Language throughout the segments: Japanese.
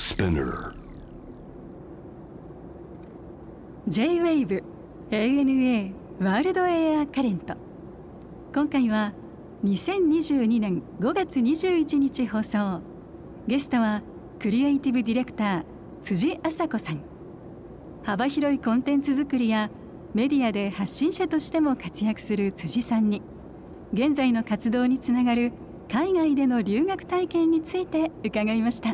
Spinner J-WAVE ANA ワールドエアカレント。今回は2022年5月21日放送。ゲストはクリエイティブディレクター辻麻子さん。幅広いコンテンツ作りやメディアで発信者としても活躍する辻さんに、現在の活動につながる海外での留学体験について伺いました。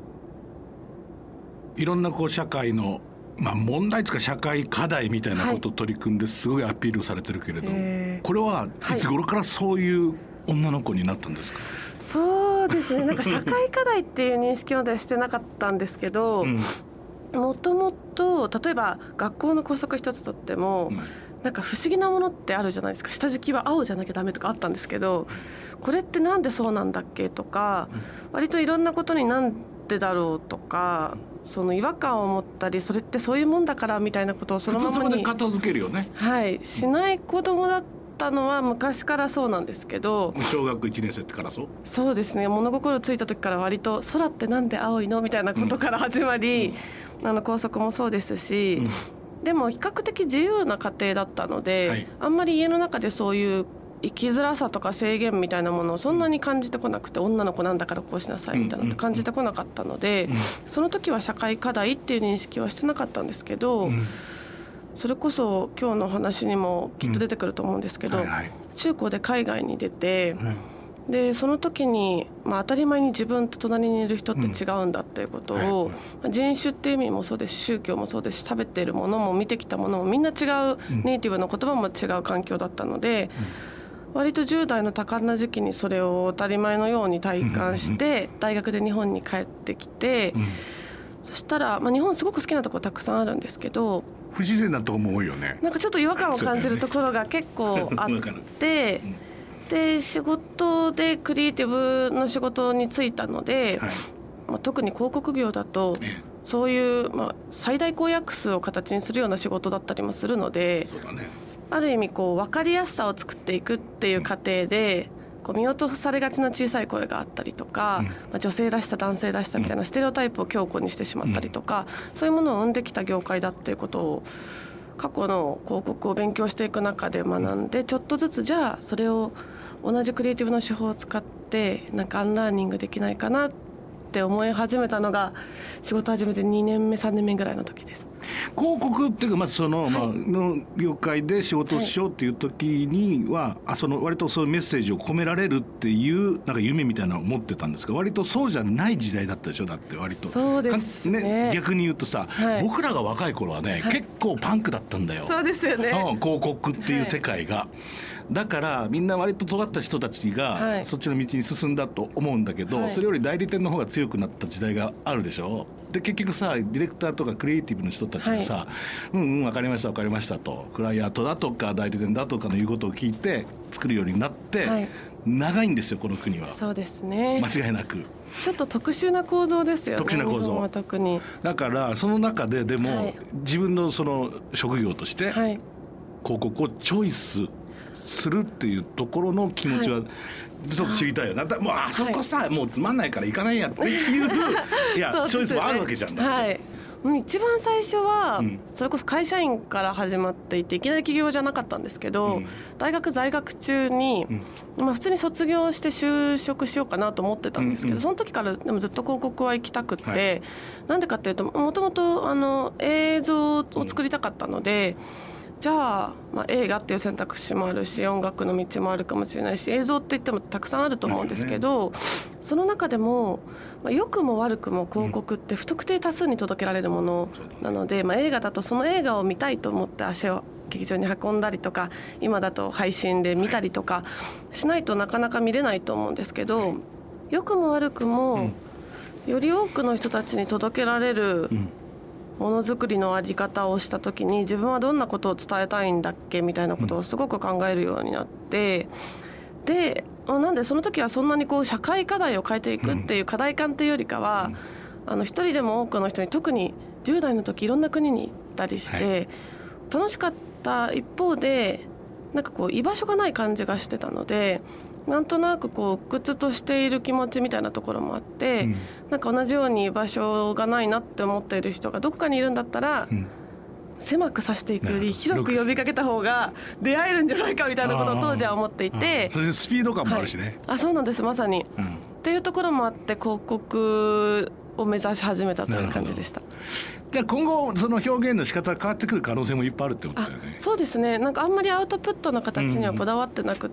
いろんな社会の、問題とか社会課題みたいなことを取り組んですごいアピールされてるけれど、これはいつ頃からそういう女の子になったんですか？ そうですね、なんか社会課題っていう認識まではしてなかったんですけど、もともと例えば学校の校則一つとっても、なんか不思議なものってあるじゃないですか。下敷きは青じゃなきゃダメとかあったんですけど、これってなんでそうなんだっけとか、割といろんなことになんでだろうとか、その違和感を持ったり、それってそういうもんだからみたいなことをそのままに普通そこで片付けるよね。 しない子供だったのは昔からそうなんですけど、 小学1年生からそうですね、物心ついた時から割と空ってなんで青いのみたいなことから始まり、校則もそうですし、でも比較的自由な家庭だったので、あんまり家の中でそういう生きづらさとか制限みたいなものをそんなに感じてこなくて、女の子なんだからこうしなさいみたいなのって感じてこなかったので、その時は社会課題っていう認識はしてなかったんですけど、それこそ今日の話にもきっと出てくると思うんですけど、中高で海外に出て、でその時に、当たり前に自分と隣にいる人って違うんだっていうことを、人種っていう意味もそうですし、宗教もそうですし、食べているものも見てきたものもみんな違う、ネイティブの言葉も違う環境だったので、割と10代の多感な時期にそれを当たり前のように体感して、大学で日本に帰ってきて、そしたら、日本すごく好きなところたくさんあるんですけど、 不自然なところも多いよね。 なんかちょっと違和感を感じるところが結構あってで仕事でクリエイティブの仕事に就いたので、特に広告業だとそういう、最大公約数を形にするような仕事だったりもするので、ある意味分かりやすさを作っていくっていう過程で、見落とされがちな小さい声があったりとか、女性らしさ男性らしさみたいなステレオタイプを強固にしてしまったりとか、そういうものを生んできた業界だっていうことを過去の広告を勉強していく中で学んで、ちょっとずつじゃあそれを同じクリエイティブの手法を使ってなんかアンラーニングできないかなって思い始めたのが、仕事始めて2年目3年目ぐらいの時です。 広告っていうか、の業界で仕事をしようっていう時には、割とそういうメッセージを込められるっていうなんか夢みたいなのを持ってたんですが、割とそうじゃない時代だったでしょ。だって割とそうですね。 逆に言うとさ、僕らが若い頃はね、結構パンクだったんだよ。 そうですよね、 広告っていう世界が、だからみんな割と尖った人たちがそっちの道に進んだと思うんだけど、それより代理店の方が強くなった時代があるでしょ。で結局さ、ディレクターとかクリエイティブの人たちがさ、分かりました分かりましたと、クライアントだとか代理店だとかの言うことを聞いて作るようになって、長いんですよこの国は。 そうですね、 間違いなくちょっと特殊な構造ですよね。 特殊な構造、 特にだからその中ででも、自分のその職業として、広告をチョイスするっていうところの気持ちはちょっと知りたいよな。もうあそこさ、もうつまんないから行かないやっていういやチョイスもあるわけじゃん。 一番最初は、それこそ会社員から始まっていて、いきなり起業じゃなかったんですけど、大学在学中に、普通に卒業して就職しようかなと思ってたんですけど、その時からでもずっと広告は行きたくって、なんでかっていうと、もともと映像を作りたかったので、じゃあ、映画っていう選択肢もあるし、音楽の道もあるかもしれないし、映像って言ってもたくさんあると思うんですけど、その中でも、良くも悪くも広告って不特定多数に届けられるものなので、映画だとその映画を見たいと思って足を劇場に運んだりとか、今だと配信で見たりとかしないとなかなか見れないと思うんですけど、良くも悪くもより多くの人たちに届けられるものづくりのあり方をした時に、自分はどんなことを伝えたいんだっけみたいなことをすごく考えるようになって、でなんでその時はそんなに社会課題を変えていくっていう課題感というよりかは、一人でも多くの人に、特に10代の時いろんな国に行ったりして、楽しかった一方で、なんか居場所がない感じがしてたので、 なんとなくこう鬱屈としている気持ちみたいなところもあって、なんか同じように居場所がないなって思っている人がどこかにいるんだったら、狭くさしていくより広く呼びかけた方が出会えるんじゃないかみたいなことを当時は思っていて、 それでスピード感もあるしね、 そうなんです、まさに、っていうところもあって広告を目指し始めたという感じでした。 じゃあ今後その表現の仕方が変わってくる可能性もいっぱいあるってことだよね。 そうですね、なんかあんまりアウトプットの形にはこだわってなくって、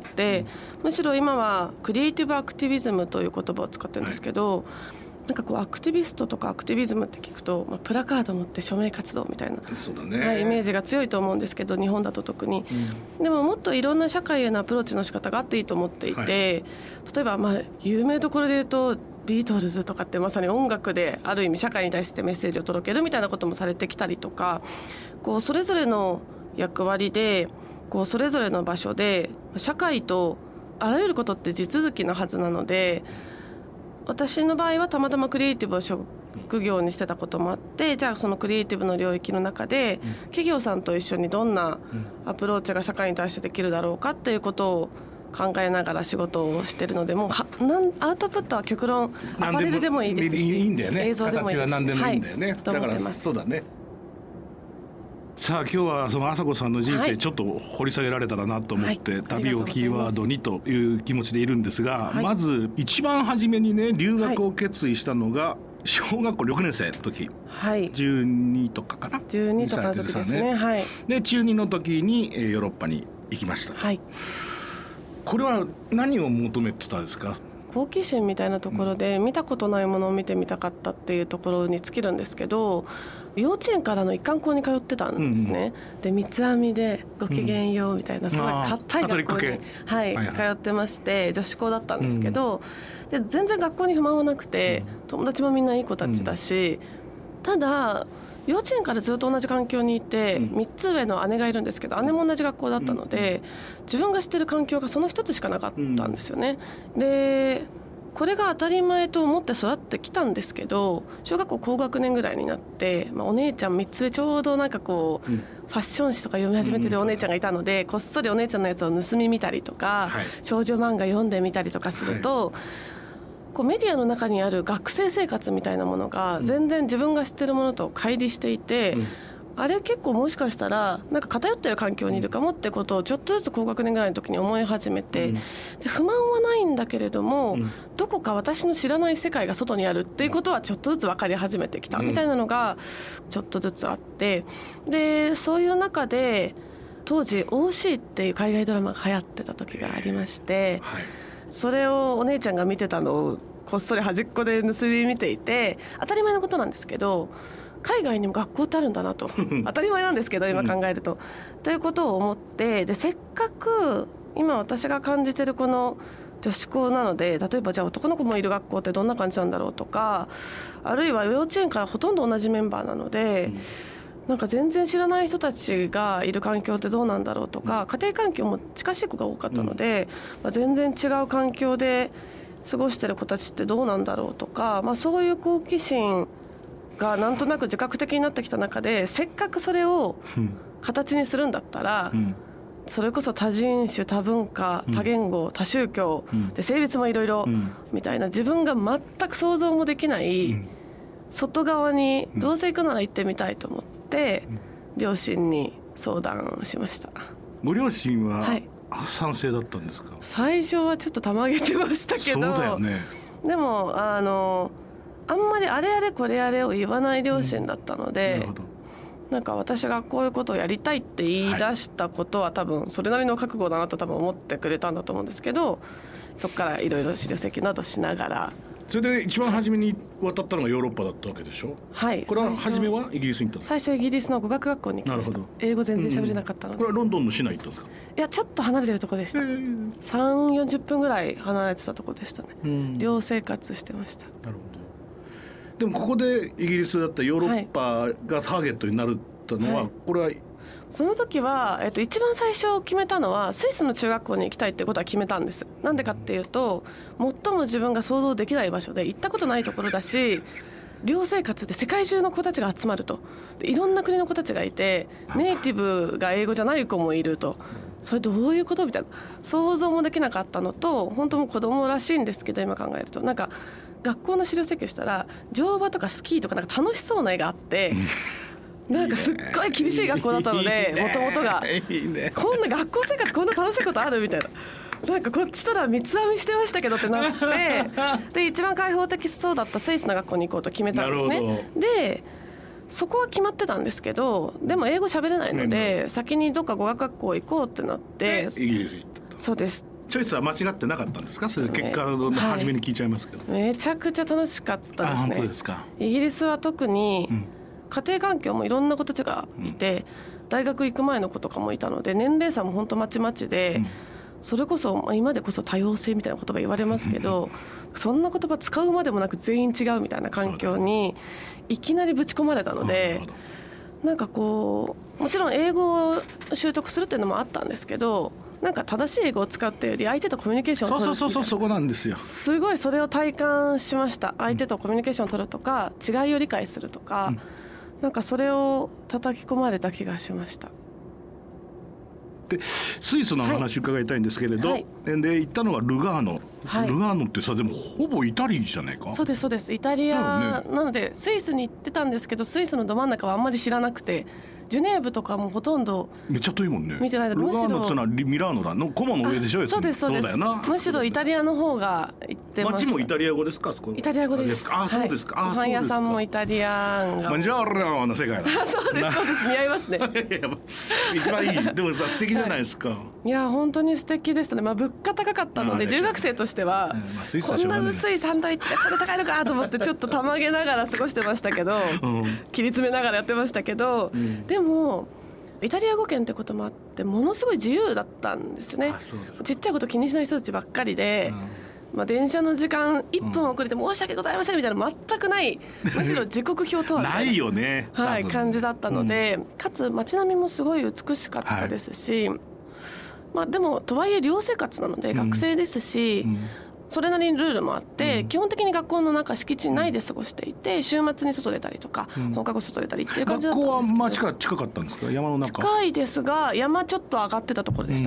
むしろ今はクリエイティブアクティビズムという言葉を使ってるんですけど、なんかこうアクティビストとかアクティビズムって聞くと、プラカード持って署名活動みたいな、 そうだね、 イメージが強いと思うんですけど、日本だと特に、でももっといろんな社会へのアプローチの仕方があっていいと思っていて、例えば有名どころで言うとビートルズとかってまさに音楽である意味社会に対してメッセージを届けるみたいなこともされてきたりとか、こうそれぞれの役割でこうそれぞれの場所で社会とあらゆることって地続きのはずなので、私の場合はたまたまクリエイティブを職業にしてたこともあって、じゃあそのクリエイティブの領域の中で企業さんと一緒にどんなアプローチが社会に対してできるだろうかっていうことを考えながら仕事をしてるので、もうアウトプットは極論アパレルでもいいですし、 いいんだよね、 映像でもいいですし、 形は何でもいいんだよね、だからそうだね。さあ今日はそのあさこさんの人生ちょっと掘り下げられたらなと思って、旅をキーワードにという気持ちでいるんですが、まず一番初めにね留学を決意したのが小学校6年生の時、12とかかな、 12とかの時ですね、 で中2の時にヨーロッパに行きました。これは何を求めてたんですか？ 好奇心みたいなところで見たことないものを見てみたかったっていうところに尽きるんですけど、幼稚園からの一貫校に通ってたんですね、で三つ編みでごきげんようみたいなすごい硬い学校に、通ってまして、女子校だったんですけど、で全然学校に不満はなくて、友達もみんないい子たちだし、ただ幼稚園からずっと同じ環境にいて、3つ上の姉がいるんですけど、姉も同じ学校だったので、自分が知ってる環境がその一つしかなかったんですよね。でこれが当たり前と思って育ってきたんですけど、小学校高学年ぐらいになって、お姉ちゃん3つ上ちょうどなんかこう、ファッション誌とか読み始めてるお姉ちゃんがいたので、こっそりお姉ちゃんのやつを盗み見たりとか、少女漫画読んでみたりとかすると、こうメディアの中にある学生生活みたいなものが全然自分が知ってるものと乖離していて、あれ結構もしかしたらなんか偏ってる環境にいるかもってことをちょっとずつ高学年ぐらいの時に思い始めて、で不満はないんだけれども、どこか私の知らない世界が外にあるっていうことはちょっとずつ分かり始めてきたみたいなのがちょっとずつあって、でそういう中で当時 OC っていう海外ドラマが流行ってた時がありまして、それをお姉ちゃんが見てたのをこっそり端っこで盗み見ていて、当たり前のことなんですけど、海外にも学校ってあるんだなと当たり前なんですけど今考えると、ということを思って、でせっかく今私が感じてるこの女子校なので、例えばじゃあ男の子もいる学校ってどんな感じなんだろうとか、あるいは幼稚園からほとんど同じメンバーなので、なんか全然知らない人たちがいる環境ってどうなんだろうとか、家庭環境も近しい子が多かったので、全然違う環境で過ごしてる子たちってどうなんだろうとか、そういう好奇心がなんとなく自覚的になってきた中で、せっかくそれを形にするんだったら、それこそ多人種多文化多言語多宗教で性別もいろいろみたいな、自分が全く想像もできない外側にどうせ行くなら行ってみたいと思って両親に相談しました。 ご両親は賛成だったんですか？ 最初はちょっとたまげてましたけど、 そうだよね。 でもあんまりあれあれこれあれを言わない両親だったので、なんか私がこういうことをやりたいって言い出したことは多分それなりの覚悟だなと多分思ってくれたんだと思うんですけど、そこからいろいろ資料請求などしながら、 それで一番初めに渡ったのがヨーロッパだったわけでしょ？これは初めはイギリスに行ったんですか？最初イギリスの語学学校に行きました。英語全然喋れなかったので、 これはロンドンの市内行ったんですか？ いやちょっと離れてるとこでした。3,40 分ぐらい離れてたとこでしたね。寮生活してました。 なるほど。でもここでイギリスだったヨーロッパがターゲットになるったのは、これはその時は、一番最初決めたのはスイスの中学校に行きたいってことは決めたんです。なんでかっていうと、最も自分が想像できない場所で行ったことないところだし、寮生活で世界中の子たちが集まると、でいろんな国の子たちがいて、ネイティブが英語じゃない子もいると、 それどういうことみたいな想像もできなかったのと、本当も子供らしいんですけど今考えるとなんか学校の資料請求したら乗馬とかスキーとかなんか楽しそうな絵があってなんかすっごい厳しい学校だったのでもともとがこんな学校生活こんな楽しいことあるみたいな。なんかこっちとら三つ編みしてましたけどってなってで一番開放的そうだったスイスの学校に行こうと決めたんですね。でそこは決まってたんですけどでも英語喋れないので先にどっか語学学校行こうってなってイギリス行ったと。 そうです。 チョイスは間違ってなかったんですか？それ結果の初めに聞いちゃいますけど、 めちゃくちゃ楽しかったですね。 本当ですか？ イギリスは特に家庭環境もいろんな子たちがいて、大学行く前の子とかもいたので年齢差も本当まちまちで、それこそ今でこそ多様性みたいな言葉言われますけどそんな言葉使うまでもなく全員違うみたいな環境にいきなりぶち込まれたので、なんかこうもちろん英語を習得するっていうのもあったんですけど、なんか正しい英語を使うっていうより相手とコミュニケーションを取るみたいな、 そこなんですよ。 すごいそれを体感しました。相手とコミュニケーションを取るとか違いを理解するとか、なんかそれを叩き込まれた気がしました。 でスイスの話伺いたいんですけれど、で行ったのはルガーノ、ルガーノってさでもほぼイタリアじゃないか？ そうですそうです、イタリアなのでスイスに行ってたんですけどスイスのど真ん中はあんまり知らなくて、ジュネーブとかもほとんどめっちゃ遠いもんね。 見てない。 ルガーノってのはミラーノだのコモの上でしょ。 そうですそうです。 そうだよな。 むしろイタリアの方が行ってました。 街もイタリア語ですか？そこイタリア語です。 あ、そうですか。 ご飯屋さんもイタリアンがマンジャーラの世界だ。 そうですそうです、似合いますね一番いい。でもさ素敵じゃないですか。 いや本当に素敵でしたね。物価高かったので留学生としてはこんな薄いサンドイッチでこれ高いのかと思ってちょっとたまげながら過ごしてましたけど切り詰めながらやってましたけど、でもイタリア語圏ってこともあってものすごい自由だったんですよね。ちっちゃいこと気にしない人たちばっかりで、電車の時間1分遅れて申し訳ございませんみたいな全くないむしろ時刻表とはないよね、 感じだったので、かつ街並みもすごい美しかったですし、でもとはいえ寮生活なので学生ですし、それなりにルールもあって、基本的に学校の中敷地内で過ごしていて週末に外出たりとか、放課後外出たりっていう感じだったんですけど。学校は町から近かったんですか？山の中。 近いですが山ちょっと上がってたところでした。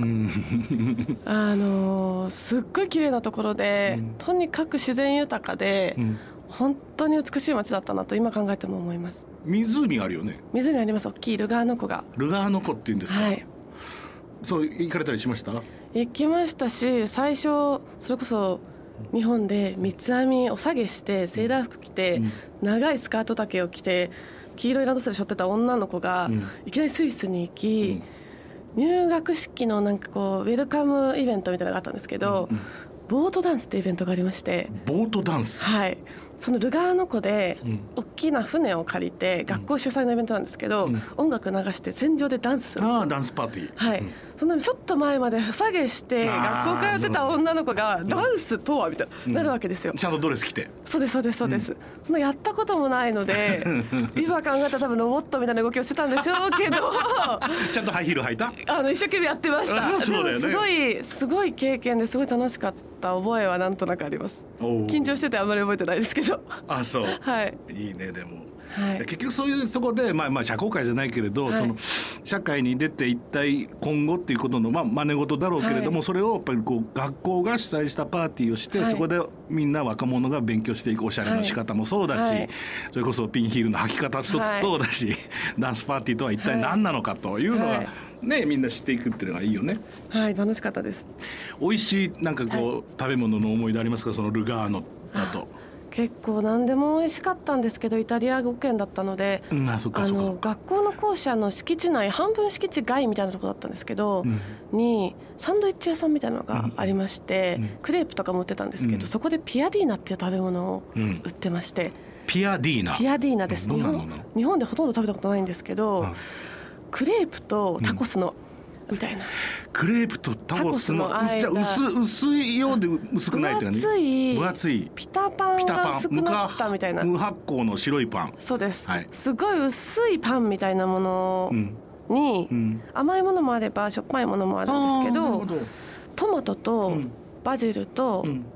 すっごい綺麗なところで、とにかく自然豊かで、本当に美しい町だったなと今考えても思います。 湖があるよね。 湖あります。大きいルガーノ湖が。 ルガーノ湖っていうんですか？そう行かれたりしました？ 行きましたし、最初それこそ日本で三つ編みお下げしてセーラー服着て、長いスカート丈を着て黄色いランドセル背負ってた女の子が、いきなりスイスに行き、入学式のなんかこうウェルカムイベントみたいなのがあったんですけど、ボートダンスってイベントがありまして。 ボートダンス？はい。 そのルガーノ湖で大きな船を借りて、学校主催のイベントなんですけど、音楽流して船上でダンスするんですよ。 ダンスパーティー。 はい。そんなちょっと前までふさげして学校通ってた女の子がダンスとはみたいな、なるわけですよ。 ちゃんとドレス着て。 そうですそうですそうです。そのやったこともないので今考えたら多分ロボットみたいな動きをしてたんでしょうけどちゃんとハイヒール履いた？ 一生懸命やってました。 そうだよね。 でもすごい経験ですごい楽しかった覚えはなんとなくあります。緊張しててあんまり覚えてないですけど。 あ、そう。 はい。 いいね。でも、結局そういうそこで社交界じゃないけれど、その社会に出て一体今後っていうことの真似事だろうけれども、それをやっぱりこう学校が主催したパーティーをして、そこでみんな若者が勉強していくおしゃれの仕方もそうだし、それこそピンヒールの履き方そうだし、ダンスパーティーとは一体何なのかというのはね、みんな知っていくっていうのがいいよね。 はい、楽しかったです。 美味しいなんかこう、食べ物の思い出ありますか？そのルガーノだと。 結構何でも美味しかったんですけど、イタリア語圏だったので、学校の校舎の敷地内半分敷地外みたいなところだったんですけど、にサンドイッチ屋さんみたいなのがありまして、クレープとかも売ってたんですけど、そこでピアディーナっていう食べ物を売ってまして、 ピアディーナです。日本でほとんど食べたことないんですけど、クレープとタコスのみたいな。 クレープとタコスのじゃあ薄いようで薄くないって感じ。分厚いピタパンが薄くなったみたいな。 無発酵の白いパン。 そうです、すごい薄いパンみたいなものに、甘いものもあればしょっぱいものもあるんですけど、トマトとバジルと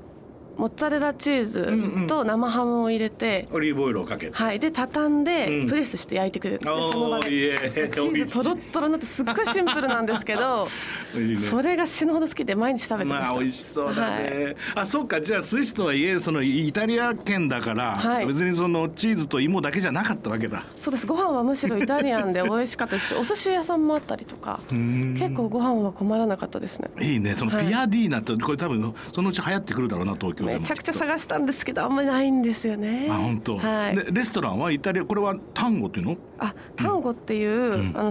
モッツァレラチーズと生ハムを入れて、 オリーブオイルをかけて、 はい、で畳んでプレスして焼いてくれるんですね、その場で。チーズトロットロになってすっごいシンプルなんですけどそれが死ぬほど好きで毎日食べてました。 美味しそうだね、はい、そうか。じゃあスイスとはいえそのイタリア圏だから、はい、別にそのチーズと芋だけじゃなかったわけだ。 そうです。ご飯はむしろイタリアンで美味しかったですしお寿司屋さんもあったりとか結構ご飯は困らなかったですね。 いいね。そのピアディーナってこれ多分そのうち流行ってくるだろうな、東京でも。 めちゃくちゃ探したんですけどあんまりないんですよね。 本当、はい、でレストランはイタリア、これはタンゴっていうの？ タンゴっていう、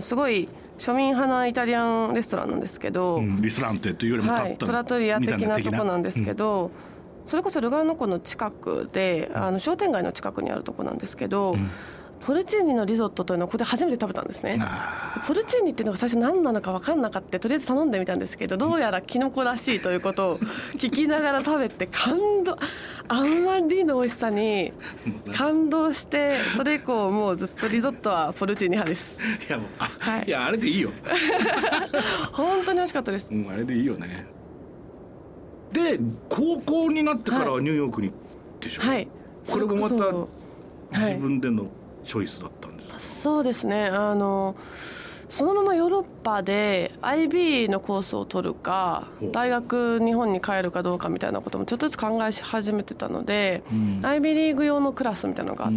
すごい庶民派なイタリアンレストランなんですけど、 リスランテというよりもはい、トラトリア的なとこなんですけど、それこそルガーノ湖の近くで商店街の近くにあるとこなんですけど、ポルチーニのリゾットというのをここで初めて食べたんですね。ポルチーニっていうのが最初何なのか分かんなかった。とりあえず頼んでみたんですけど、どうやらキノコらしいということを聞きながら食べて感動、あんまりの美味しさに感動して、それ以降もうずっとリゾットはポルチーニ派です。 いやもういやあれでいいよ本当に美味しかったです、 あれでいいよね。で高校になってからはニューヨークにでしょ、はい、これもまた自分でのチョイスだったんですか？ そうですね。そのままヨーロッパで IB のコースを取るか大学日本に帰るかどうかみたいなこともちょっとずつ考え始めてたので、IB リーグ用のクラスみたいなのがあって、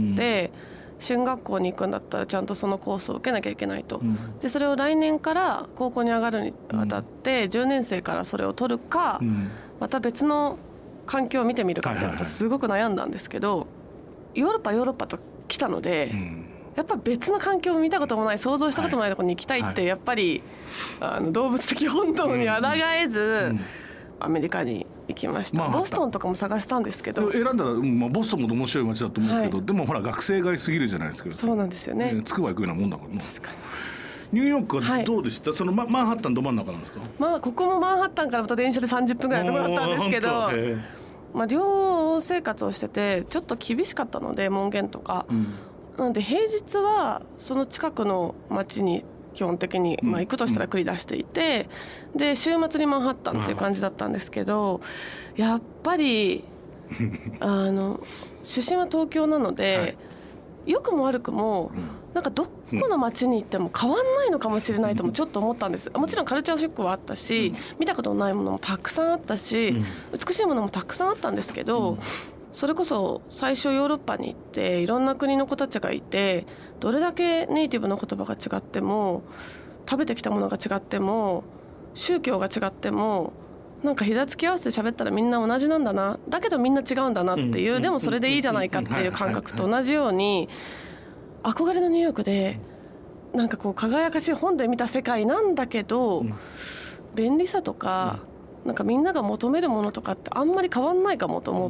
進学校に行くんだったらちゃんとそのコースを受けなきゃいけないと、でそれを来年から高校に上がるにあたって10年生からそれを取るか、また別の環境を見てみるかみたいなことすごく悩んだんですけど、ヨーロッパと来たので、やっぱ別の環境を見たこともない想像したこともないところに行きたいって、やっぱり動物的本能に抗えずアメリカに行きました。ボストンとかも探したんですけど、 選んだら、ボストンも面白い街だと思うけど、でもほら学生街すぎるじゃないですか。 そうなんですよね。 つくば行くようなもんだからね。 確かに。 ニューヨークはどうでした？そのマンハッタンど真ん中なんですか？ ここもマンハッタンからまた電車で30分ぐらいのところだったんですけど、寮生活をしててちょっと厳しかったので、門限とか、なので平日はその近くの街に基本的に行くとしたら繰り出していて、で週末にマンハッタンっていう感じだったんですけど、やっぱり出身は東京なので、良くも悪くもなんかどこの街に行っても変わんないのかもしれないともちょっと思ったんです。もちろんカルチャーショックはあったし、見たことのないものもたくさんあったし、美しいものもたくさんあったんですけど、それこそ最初ヨーロッパに行っていろんな国の子たちがいて、どれだけネイティブの言葉が違っても、食べてきたものが違っても、宗教が違っても、なんか膝つき合わせて喋ったらみんな同じなんだな、だけどみんな違うんだなっていう、でもそれでいいじゃないかっていう感覚と同じように、憧れのニューヨークでなんかこう輝かしい本で見た世界なんだけど、便利さとかなんかみんなが求めるものとかってあんまり変わんないかもと思って、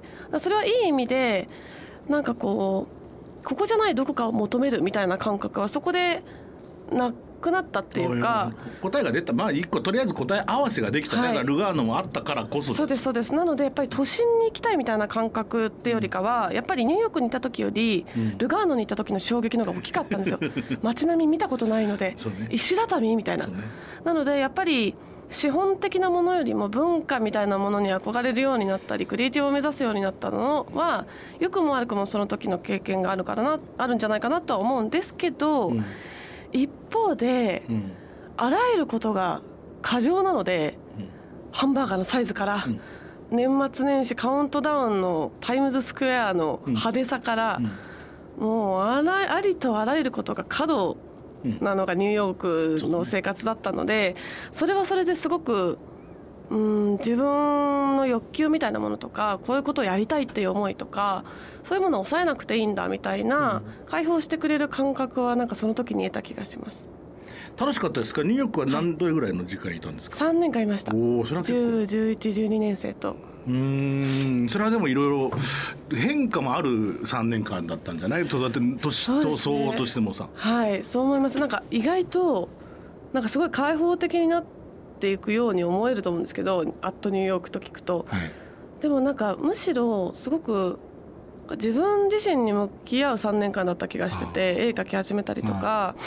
それはいい意味でなんかここじゃないどこかを求めるみたいな感覚はそこでなくなったっていうか、 答えが出た、一個とりあえず答え合わせができた、ルガーノもあったからこそ。 そうですそうです。なのでやっぱり都心に行きたいみたいな感覚ってよりかは、やっぱりニューヨークにいた時よりルガーノにいた時の衝撃の方が大きかったんですよ街並み見たことないので、石畳みたいな、なのでやっぱり資本的なものよりも文化みたいなものに憧れるようになったり、クリエイティブを目指すようになったのは良くも悪くもその時の経験があるんじゃないかなとは思うんですけど、一方で、あらゆることが過剰なので、ハンバーガーのサイズから、年末年始カウントダウンのタイムズスクエアの派手さから、もうありとあらゆることが過度なのがニューヨークの生活だったので、それはそれですごく自分の欲求みたいなものとか、こういうことをやりたいっていう思いとか、そういうものを抑えなくていいんだみたいな解放してくれる感覚はなんかその時に得た気がします。 楽しかったですか？ニューヨークは何度ぐらいの時間いたんですか ？3年間いました。 おー、それは結構 10、11、12年生と。 それはでもいろいろ変化もある3年間だったんじゃない？だって年と相応としてもさ。 はい、そう思います。なんか意外となんかすごい開放的になっていくように思えると思うんですけど、アットニューヨークと聞くと、でもなんかむしろすごく自分自身に向き合う3年間だった気がしてて、絵描き始めたりとか、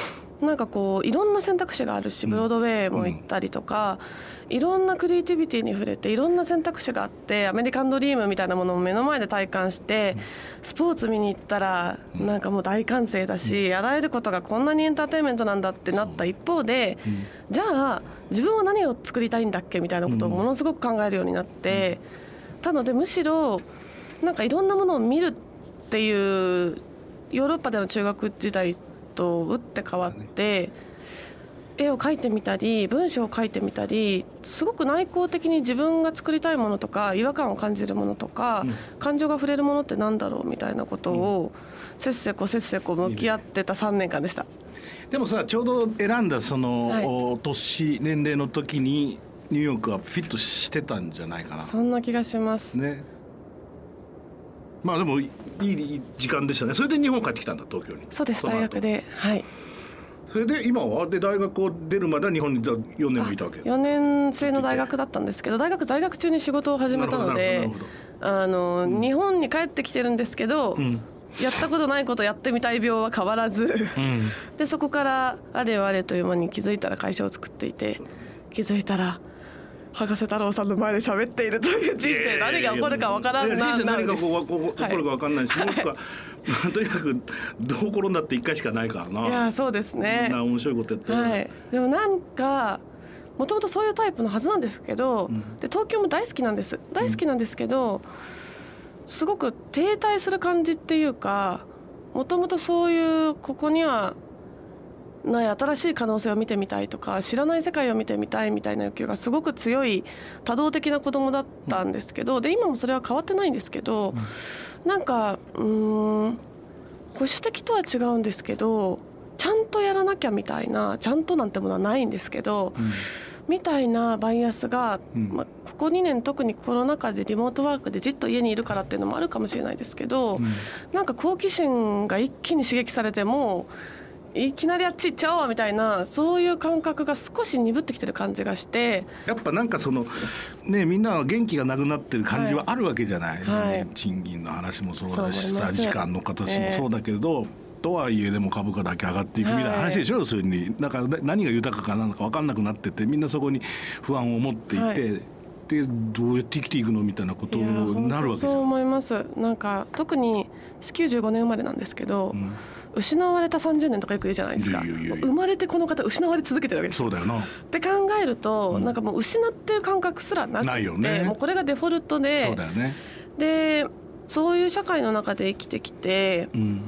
なんかこういろんな選択肢があるし、ブロードウェイも行ったりとか、いろんなクリエイティビティに触れていろんな選択肢があって、アメリカンドリームみたいなものを目の前で体感して、スポーツ見に行ったらなんかもう大歓声だし、あらゆることがこんなにエンターテインメントなんだってなった一方で、じゃあ自分は何を作りたいんだっけみたいなことをものすごく考えるようになって、たのでむしろなんかいろんなものを見るっていうヨーロッパでの中学時代と打って変わって、絵を描いてみたり文章を書いてみたり、すごく内向的に自分が作りたいものとか違和感を感じるものとか、感情が触れるものってなんだろうみたいなことをせっせこ向き合ってた3年間でした。 でもさ、ちょうど選んだその、年齢の時にニューヨークはフィットしてたんじゃないかな。 そんな気がしますね。まあでもいい時間でしたね。それで日本帰ってきたんだ、東京に。 そうです、大学で。はい。 それで今は大学を出るまでは日本に4年もいたわけ。 4年生の大学だったんですけど、在学中に仕事を始めたので、日本に帰ってきてるんですけど、やったことないことやってみたい病は変わらず、でそこからあれよあれという間に気づいたら会社を作っていて、気づいたら博士太郎さんの前で喋っているという人生、何が起こるか分からんな。 人生何が起こるか分かんないし、僕はとにかくどう転んだって1回しかないからな。 いや、そうですね。 面白いことやってる、 でもなんかもともとそういうタイプのはずなんですけど、で東京も大好きなんですけど、すごく停滞する感じっていうか、もともとそういうここにはない新しい可能性を見てみたいとか、知らない世界を見てみたいみたいな欲求がすごく強い多動的な子供だったんですけど、で今もそれは変わってないんですけど、なんか保守的とは違うんですけど、ちゃんとやらなきゃみたいな、ちゃんとなんてものはないんですけど、みたいなバイアスが、ここ2年特にコロナ禍でリモートワークでじっと家にいるからっていうのもあるかもしれないですけど、なんか好奇心が一気に刺激されてもいきなりあっち行っちゃおうみたいな、そういう感覚が少し鈍ってきてる感じがして、 やっぱなんかそのね、みんなは元気がなくなってる感じはあるわけじゃない、賃金の話もそうだしさ、時間の形もそうだけど、とはいえでも株価だけ上がっていくみたいな話でしょ、要するになんか何が豊かかなんか分かんなくなってて、みんなそこに不安を持っていて、でどうやって生きていくのみたいなことになるわけじゃん。 そう思います。なんか特に95年生まれなんですけど、失われた30年とかよく言うじゃないですか。生まれてこの方失われ続けてるわけです。 そうだよなって考えると、なんかもう失ってる感覚すらなくて、 ないよね。 もうこれがデフォルトで、 そうだよね。 でそういう社会の中で生きてきて、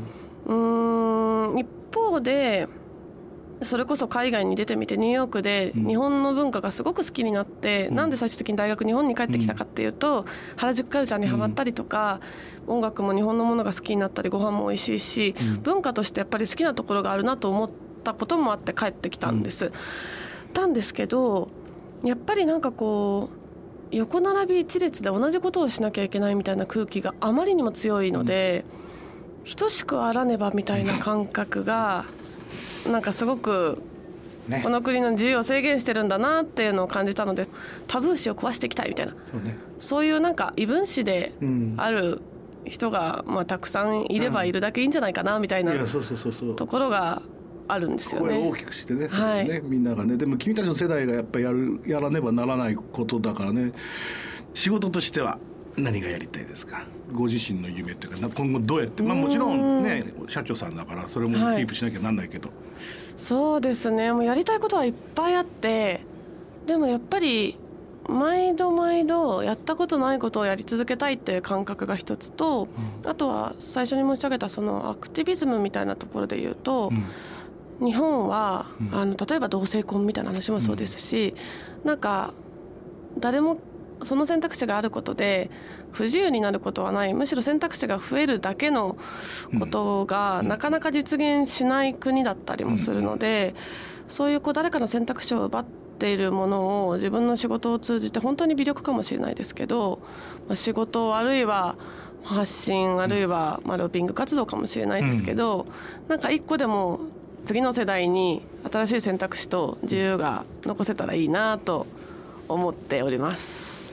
一方でそれこそ海外に出てみて、ニューヨークで日本の文化がすごく好きになって、なんで最終的に大学日本に帰ってきたかっていうと、原宿カルチャーにハマったりとか、音楽も日本のものが好きになったり、ご飯も美味しいし、文化としてやっぱり好きなところがあるなと思ったこともあって帰ってきたんです、たんですけど、やっぱりなんかこう横並び一列で同じことをしなきゃいけないみたいな空気があまりにも強いので、等しくあらねばみたいな感覚がなんかすごくこの国の自由を制限してるんだなっていうのを感じたので、タブー視を壊していきたいみたいな、そういうなんか異分子である人がたくさんいればいるだけいいんじゃないかなみたいなところがあるんですよね。 声を大きくしてね、みんながね。でも君たちの世代がやっぱりやらねばならないことだからね。仕事としては何がやりたいですか？ご自身の夢というか、今後どうやって、もちろんね社長さんだからそれもキープしなきゃなんないけど、 そうですね、もうやりたいことはいっぱいあって、でもやっぱり毎度やったことないことをやり続けたいっていう感覚が一つと、あとは最初に申し上げたそのアクティビズムみたいなところで言うと、日本は例えば同性婚みたいな話もそうですし、なんか誰もその選択肢があることで不自由になることはない、むしろ選択肢が増えるだけのことがなかなか実現しない国だったりもするので、そういう誰かの選択肢を奪っているものを自分の仕事を通じて、本当に微力かもしれないですけど、仕事あるいは発信あるいはロビング活動かもしれないですけど、なんか一個でも次の世代に新しい選択肢と自由が残せたらいいなと思っております。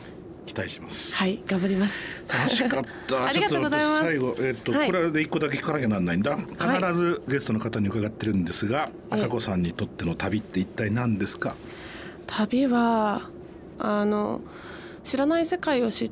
期待します。 はい、頑張ります。 楽しかったありがとうございます。 最後、はい、これで1個だけ聞かなきゃなんないんだ。必ずゲストの方に伺ってるんですが、朝子さんにとっての旅って一体何ですか？ 旅は知らない世界を知って、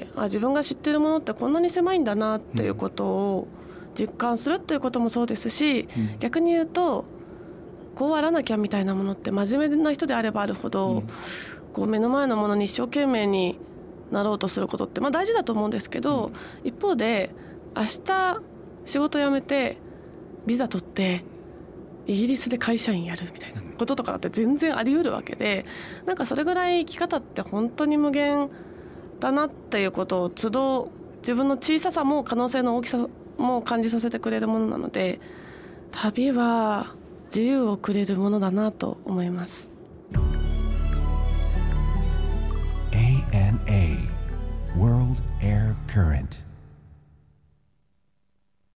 自分が知っているものってこんなに狭いんだなっていうことを実感するっていうこともそうですし、逆に言うとこうあらなきゃみたいなものって真面目な人であればあるほど、こう目の前のものに一生懸命になろうとすることって大事だと思うんですけど、一方で明日仕事辞めてビザ取ってイギリスで会社員やるみたいなこととかだって全然あり得るわけで、なんかそれぐらい生き方って本当に無限だなっていうことを都度自分の小ささも可能性の大きさも感じさせてくれるものなので、旅は自由をくれるものだなと思います。